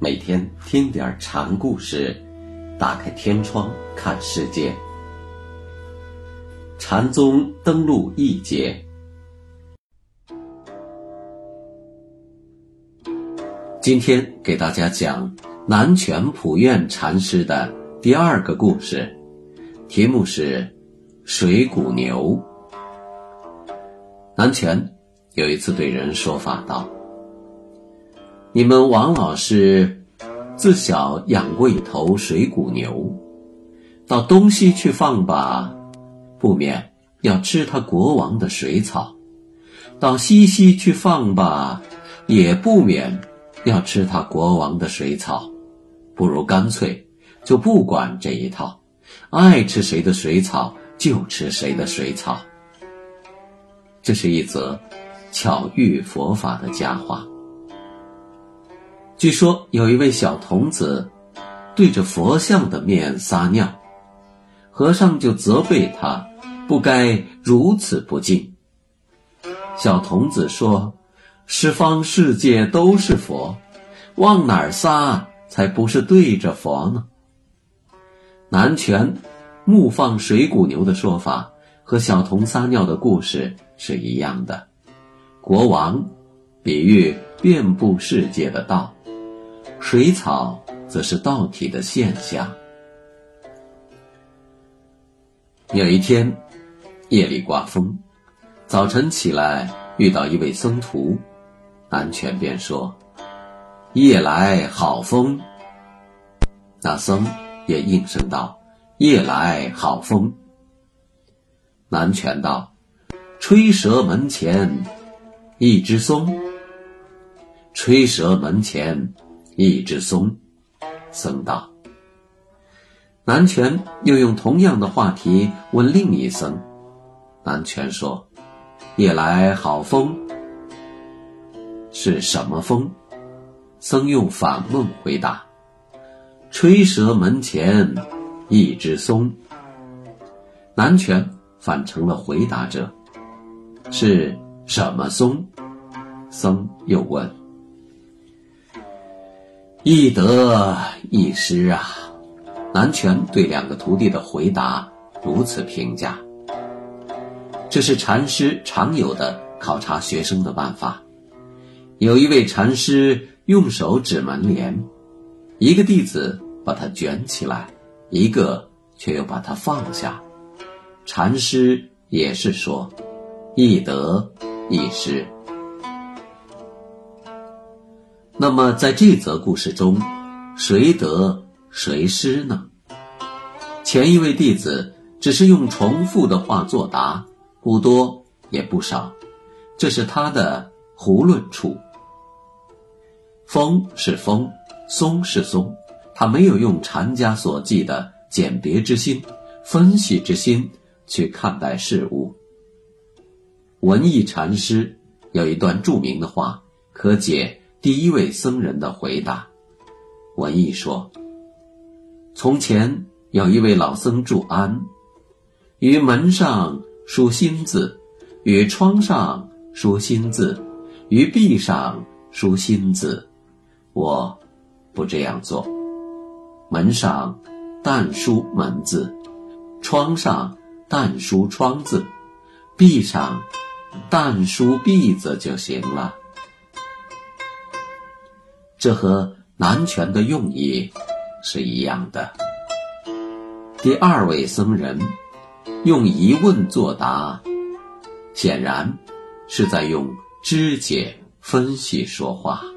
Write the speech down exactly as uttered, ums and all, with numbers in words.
每天听点禅故事，打开天窗看世界。禅宗登陆一节，今天给大家讲南泉普愿禅师的第二个故事，题目是水谷牛。南泉有一次对人说法道：你们王老师自小养过一头水谷牛，到东西去放吧，不免要吃他国王的水草；到西西去放吧，也不免要吃他国王的水草。不如干脆就不管这一套，爱吃谁的水草就吃谁的水草。这是一则巧喻佛法的佳话。据说有一位小童子对着佛像的面撒尿，和尚就责备他不该如此不敬。小童子说：十方世界都是佛，往哪儿撒才不是对着佛呢？南泉木放水谷牛的说法和小童撒尿的故事是一样的。国王比喻遍布世界的道，水草则是道体的现象。有一天夜里刮风，早晨起来遇到一位僧徒，南泉便说：夜来好风。那僧也应声道：夜来好风。南泉道：吹蛇门前一只松。吹蛇门前一只松。僧道。南泉又用同样的话题问另一僧，南泉说：夜来好风是什么风？僧用反问回答：吹蛇门前一只松。南泉反成了回答者：是什么松？僧又问。一得一失啊！南泉对两个徒弟的回答如此评价。这是禅师常有的考察学生的办法。有一位禅师用手指门帘，一个弟子把它卷起来，一个却又把它放下。禅师也是说一得一失。那么在这则故事中，谁得谁失呢？前一位弟子只是用重复的话作答，不多也不少，这是他的胡论处。风是风，松是松，他没有用禅家所记的鉴别之心、分析之心去看待事物。文艺禅师有一段著名的话，可解第一位僧人的回答。文艺说：从前有一位老僧住安，于门上书心字，于窗上书心字，于壁上书心字。我不这样做，门上但书门字，窗上但书窗字，壁上但书壁字就行了。这和南泉的用意是一样的。第二位僧人用疑问作答，显然是在用知解分析说话。